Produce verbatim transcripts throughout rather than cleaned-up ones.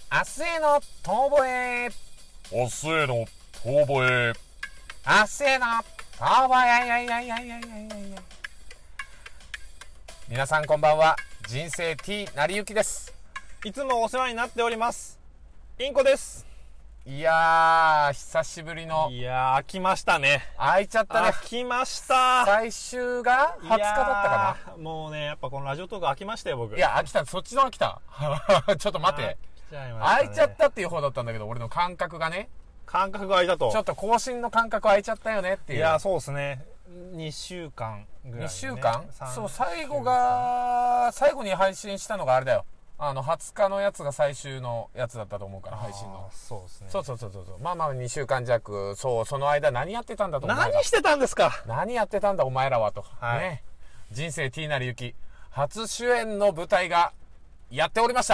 明日への遠吠え。 明日への遠吠え。 明日への遠吠え。やいやいやいやいやいやいやいや。皆さんこんばんは。人生 T なりゆきです。 いつもお世話になっております。インコです。 いやー、久しぶりの。 いやー、来ましたね。 開いちゃったね。 来ました。 最終がはつかだったかな。もうね、やっぱこのラジオトーク飽きましたよ、僕。 いや、飽きた。そっちの飽きた。ちょっと待って。 来ちゃいましたね。 開いちゃったっていう方だったんだけど、俺の感覚がね。 感覚が開いたと。 ちょっと更新の感覚開いちゃったよねっていう。 いや、そうですね。にしゅうかんぐらい、ね。 にしゅうかんそう、最後が、最後に配信したのがあれだよ。あの、はつかのやつが最終のやつだったと思うから、配信の。 そうですね。 そうそうそうそう。まあまあにしゅうかん弱、そう、その間何やってたんだと思う。 何してたんですか何やってたんだお前らはと。 はい、ね。 人生 T なりゆき、初主演の舞台がやっておりました。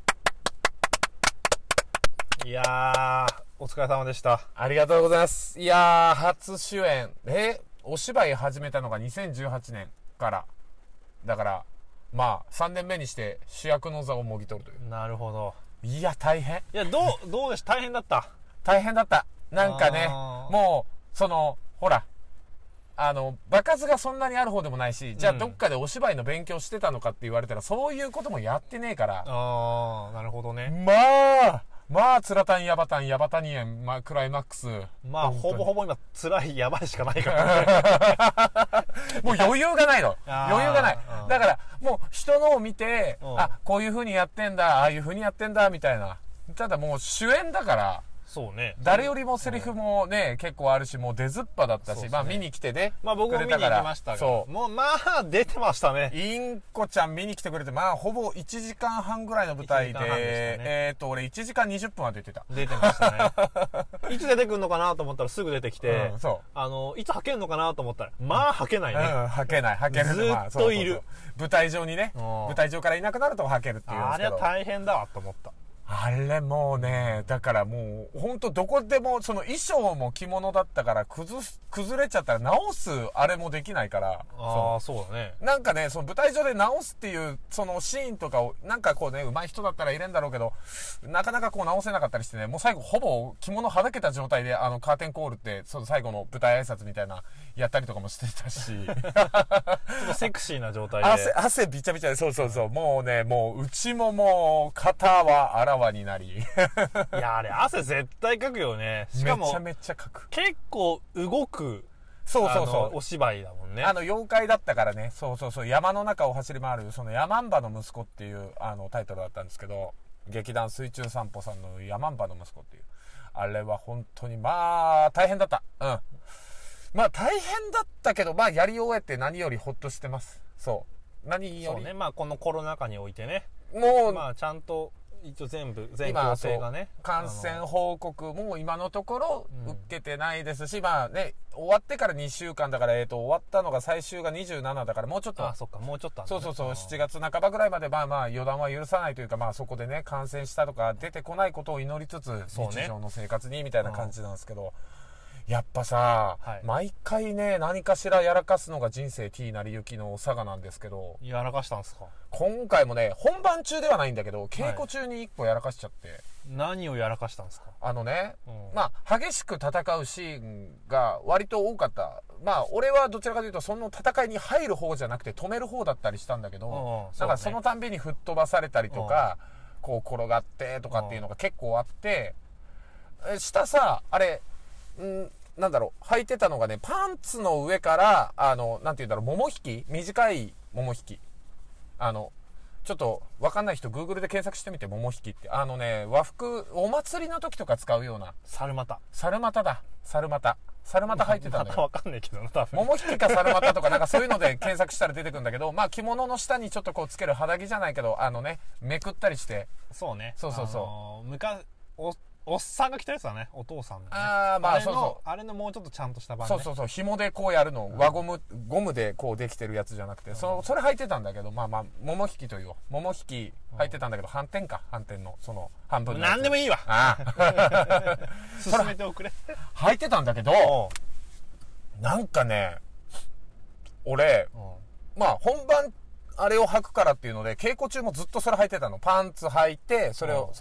いやー、お疲れ様でした。 ありがとうございます。いやー、初主演。え、お芝居始めたのがにせんじゅうはちねんから。だから、まあ、さんねんめにして主役の座をもぎ取るという。 なるほど。 いや、大変。 いや、どう、どうでした？大変だった。 大変だった。なんかね、もう、その、ほら、あの、場数がそんなにある方でもないし、じゃあどっかでお芝居の勉強してたのかって言われたら、そういうこともやってねえから。 ああ、なるほどね。 まあ、まあ、つらたんやばたんやばたにえん、まあ、クライマックス。 まあ、ほぼほぼ今、辛いやばいしかないからね。 もう余裕がないの。余裕がない。だから、もう人のを見て、あ、こういう風にやってんだ、ああいう風にやってんだ、みたいな。ただもう主演だから、 そうね。 誰よりもセリフもね、結構あるし、もう出ずっぱだったし、ね、まあ見に来てね。 まあ僕も見に行きましたが。そう。もうまあ出てましたね。 インコちゃん見に来てくれて、まあほぼいちじかんはんぐらいの舞台で、でね、えっと、俺いちじかんにじゅっぷんは出てた。 出てましたね。いつ出てくるのかなと思ったらすぐ出てきて、 うん、そう。 あの、いつ吐けるのかなと思ったら、まあ吐けないね。 うん、吐けない、吐ける。 ずっといる。 まあ、そうそうそう舞台上にね、舞台上からいなくなると吐けるっていうんですけど。 あれは大変だわと思った。 あれもうね、だからもう、ほんとどこでも、その衣装も着物だったから、崩す、崩れちゃったら直す、あれもできないから。 ああ、そうだね。 なんかね、その舞台上で直すっていう、そのシーンとかを、なんかこうね、上手い人だったら入れんだろうけど、なかなかこう直せなかったりしてね、もう最後ほぼ着物はだけた状態で、あの、カーテンコールって、その最後の舞台挨拶みたいな、やったりとかもしてたし。ちょっとセクシーな状態で。 汗、汗びちゃびちゃで、そうそうそう。もうね、もう内ももう、肩はあらわになり。 いや、あれ、汗絶対かくよね。しかも、 めちゃめちゃかく。 結構動く、 そうそうそう。 お芝居だもんね。 あの、妖怪だったからね。そうそうそう。山の中を走り回る、そのヤマンバの息子っていう、あの、タイトルだったんですけど、劇団水中散歩さんのヤマンバの息子っていう。あれは本当に、まあ、大変だった。うん。まあ、大変だったけど、まあ、やり終えて何よりほっとしてます。そう。何より。 そうね。まあ、このコロナ禍においてね。 もう、 まあ、ちゃんと、一応全部、全校生がね。 感染報告も今のところ受けてないですし、うん、まあね、終わってからにしゅうかんだから、えっと、終わったのが最終がにじゅうしちだから、もうちょっと。 あ、そっか、もうちょっと、ね。 そうそうそう、しちがつなかばぐらいまで、まあまあ、予断は許さないというか、まあそこでね、感染したとか出てこないことを祈りつつ、日常の生活に、みたいな感じなんですけど、やっぱさ、はい、毎回ね、何かしらやらかすのが人生 T なりゆきの佐賀なんですけど。 やらかしたんですか？ 今回もね、本番中ではないんだけど、稽古中に一個やらかしちゃって。はい、 何をやらかしたんですか？ あのね、うん、まあ、激しく戦うシーンが割と多かった。まあ、俺はどちらかというと、その戦いに入る方じゃなくて止める方だったりしたんだけど、だからそのたんびに吹っ飛ばされたりとか、こう転がってとかっていうのが結構あって、下さ、あれ、んなんだろう、履いてたのがね、パンツの上から、あの、なんて言うんだろう、桃引き短い桃引き。あの、ちょっと、わかんない人、Google で検索してみて、桃引きって。あのね、和服、お祭りの時とか使うような。 猿股。 猿股だ。猿股。猿股履いてたんだよ。 わかんないけどな、多分。 桃引きか猿股とか、なんかそういうので検索したら出てくるんだけど、まあ、着物の下にちょっとこうつける肌着じゃないけど、あのね、めくったりして。 そうね。 そうそうそう。 あのー、昔、お、おっさんが着たやつだね。お父さんの、ね。 ああ、まあそうそう。 あれのもうちょっとちゃんとした版ね。 そうそうそう。紐でこうやるの。輪ゴム、ゴムでこうできてるやつじゃなくて、うん、そ、それ履いてたんだけど、まあまあ、桃引きという。桃引き履いてたんだけど、反転か。反転の、その、半分の。 なんでもいいわ。 ああ。 進めておくれ。 履いてたんだけど、なんかね、俺、まあ本番、あれを履くからっていうので、稽古中もずっとそれ履いてたの。パンツ履いて、それを、その、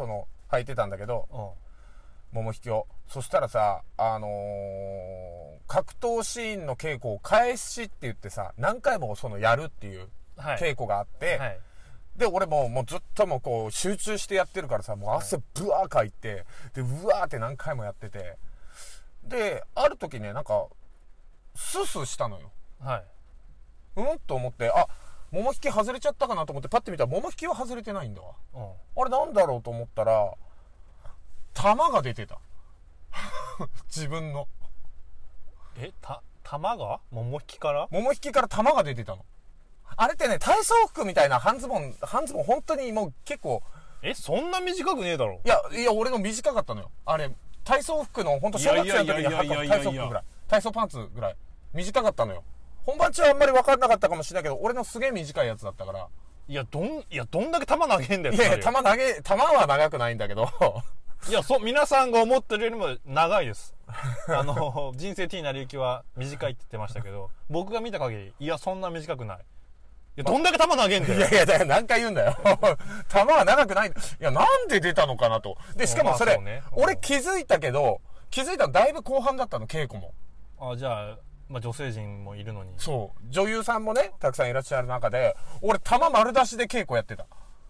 履いてたんだけど、 うん、 桃引きを。そしたらさ、あのー、格闘シーンの稽古を返しって言ってさ、何回もそのやるっていう稽古があって、 はいはい、 で、俺ももうずっともうこう集中してやってるからさ、もう汗ブワーかいて、で、うわーって何回もやってて、で、ある時ね、なんか、スースーしたのよ。 はい。 うんと思って、あ、桃引き外れちゃったかなと思ってパッて見たら桃引きは外れてないんだわ。 うん、 あれなんだろうと思ったら、玉が出てた。自分の。 え、た、玉が桃引きから桃引きから玉が出てたの。あれってね、体操服みたいな半ズボン、半ズボン本当にもう結構。 え、そんな短くねえだろ。 いや、いや、俺の短かったのよ。あれ、体操服の本当小学生の時に履く体操服ぐらい。体操パンツぐらい。短かったのよ。本番中はあんまり分かんなかったかもしれないけど、俺のすげえ短いやつだったから。 いや、どん、いや、どんだけ球投げんだよ。 いやいや、球投げ、球は長くないんだけど。 いや、そう、皆さんが思ってるよりも長いです。あの、人生 T なりゆきは短いって言ってましたけど、僕が見た限り、いや、そんな短くない。いや、どんだけ球投げんだよ。 いやいや、だから何回言うんだよ。球は長くない。いや、なんで出たのかなと。で、しかもそれ、ね、俺気づいたけど、気づいたのだいぶ後半だったの、稽古も。 あ、じゃあ、まあ、女性陣もいるのに。 そう。女優さんもね、たくさんいらっしゃる中で、俺、球丸出しで稽古やってた。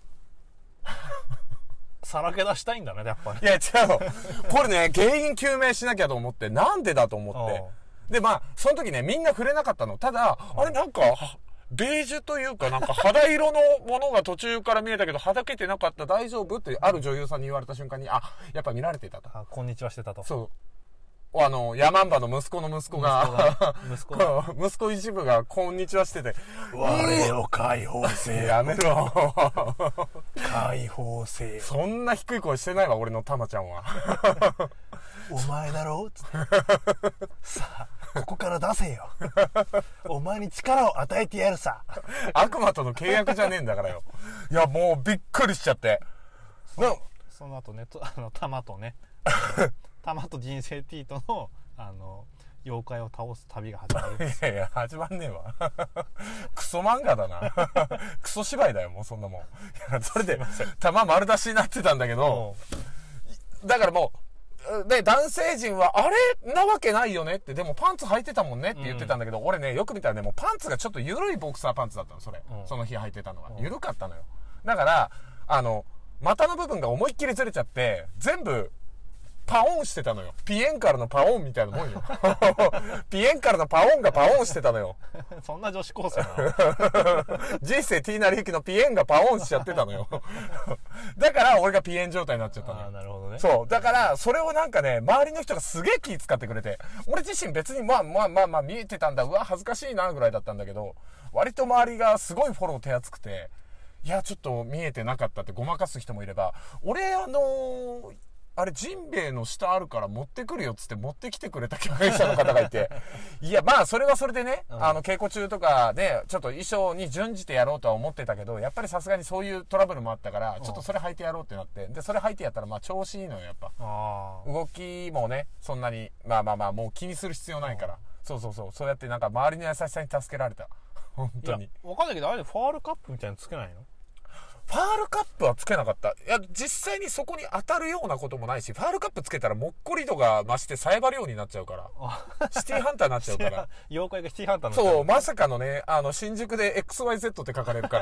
さらけ出したいんだね、やっぱり。 いや、違うの。これね、原因究明しなきゃと思って、なんでだと思って。で、まあ、その時ね、みんな触れなかったの。ただ、あれなんか、ベージュというか、なんか肌色のものが途中から見えたけど、はだけてなかった、大丈夫ってある女優さんに言われた瞬間に、あ、やっぱ見られてたと。 あ、こんにちはしてたと。 そう。あの、ヤマンバの息子の息子が、息子が、息子息子一部がこんにちはしてて、 我を解放せやめろ。 解放せそんな低い声してないわ、俺のタマちゃんは。 お前だろつって。さあ、ここから出せよ。お前に力を与えてやるさ。 悪魔との契約じゃねえんだからよ。いや、もうびっくりしちゃって。 その、その後ね、とあの、タマとね、玉と人生 T との、あの、妖怪を倒す旅が始まる。 いやいや、始まんねえわ。クソ漫画だな。クソ芝居だよ、もうそんなもん。いや、それで、玉丸出しになってたんだけど、だからもう、で、男性陣は、あれなわけないよねって、でもパンツ履いてたもんねって言ってたんだけど、うん、俺ね、よく見たらね、もうパンツがちょっと緩いボクサーパンツだったの、それ。うん、その日履いてたのは。緩かったのよ。だから、あの、股の部分が思いっきりずれちゃって、全部、パオンしてたのよ。ピエンからのパオンみたいなもんよ。ピエンからのパオンがパオンしてたのよ。 そんな女子高生なの人生 T なりゆきのピエンがパオンしちゃってたのよ。だから俺がピエン状態になっちゃったのよ。 あ、なるほどね。 そう。だから、それをなんかね、周りの人がすげえ気使ってくれて、俺自身別にまあまあまあまあ見えてたんだ。うわ、恥ずかしいなぐらいだったんだけど、割と周りがすごいフォロー手厚くて、いや、ちょっと見えてなかったってごまかす人もいれば、俺あのー、あれ、ジンベエの下あるから持ってくるよっつって持ってきてくれた共演者の方がいて。いや、まあ、それはそれでね、うん、あの、稽古中とかで、ちょっと衣装に準じてやろうとは思ってたけど、やっぱりさすがにそういうトラブルもあったから、ちょっとそれ履いてやろうってなって、で、それ履いてやったら、まあ、調子いいのよ、やっぱ。動きもね、そんなに、まあまあまあ、もう気にする必要ないから。そうそうそう、そうやってなんか周りの優しさに助けられた。本当に。 いや、わかんないけど、あれでファールカップみたいにつけないの？ ファールカップはつけなかった。いや、実際にそこに当たるようなこともないし、ファールカップつけたらもっこり度が増してサイバリオになっちゃうから。シティハンターになっちゃうから。 妖怪がシティハンターになっちゃう。 そう、まさかのね、あの、新宿で エックスワイゼット って書かれるから。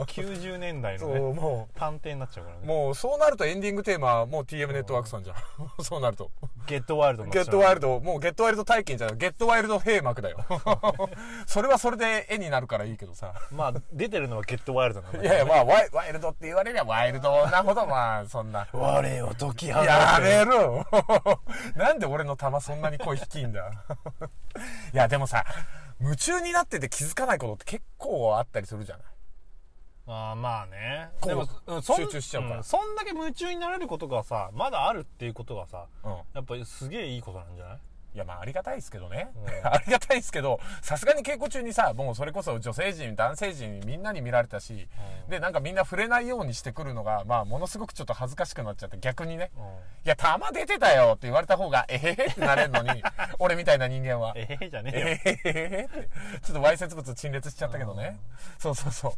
きゅうじゅうねんだいのね。 そう、もう。探偵になっちゃうからね。 もう、そうなるとエンディングテーマはもう ティーエム ネットワークさんじゃん。そうなると。 ゲットワイルドのゲットワイルド、もうゲットワイルド体験じゃない。ゲットワイルド閉幕だよ。それはそれで絵になるからいいけどさ。 まあ、出てるのはゲットワイルドなんだけど、ね。いやいや、まあワイ、ワイルドって言われりゃワイルドなほど、まあ、そんな。 我を解き放て。 やめろ。なんで俺の玉そんなに声低いんだ。いや、でもさ、夢中になってて気づかないことって結構あったりするじゃない。 ああ、まあね。 でも、うん、集中しちゃうから、 うん。そんだけ夢中になれることがさ、まだあるっていうことがさ、うん、やっぱりすげえいいことなんじゃない？ いや、まあ、ありがたいですけどね。うん、ありがたいですけど、さすがに稽古中にさ、もうそれこそ女性陣、男性陣、みんなに見られたし、うん、で、なんかみんな触れないようにしてくるのが、まあ、ものすごくちょっと恥ずかしくなっちゃって、逆にね、うん、いや、玉出てたよって言われた方が、えへへってなれるのに、俺みたいな人間は。 えへへじゃねえよ。 えへへへって。ちょっとわいせつ物陳列しちゃったけどね。うん、そうそうそう。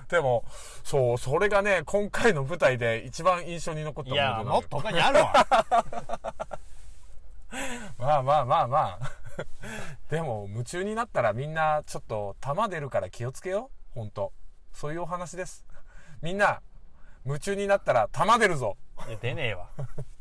でも、そう、それがね、今回の舞台で一番印象に残ったいや、もっと他にあるわ。 まあまあまあまあ。でも、夢中になったらみんなちょっと弾出るから気をつけよ。ほんと。そういうお話です。みんな、夢中になったら弾出るぞ。 いや、出ねえわ。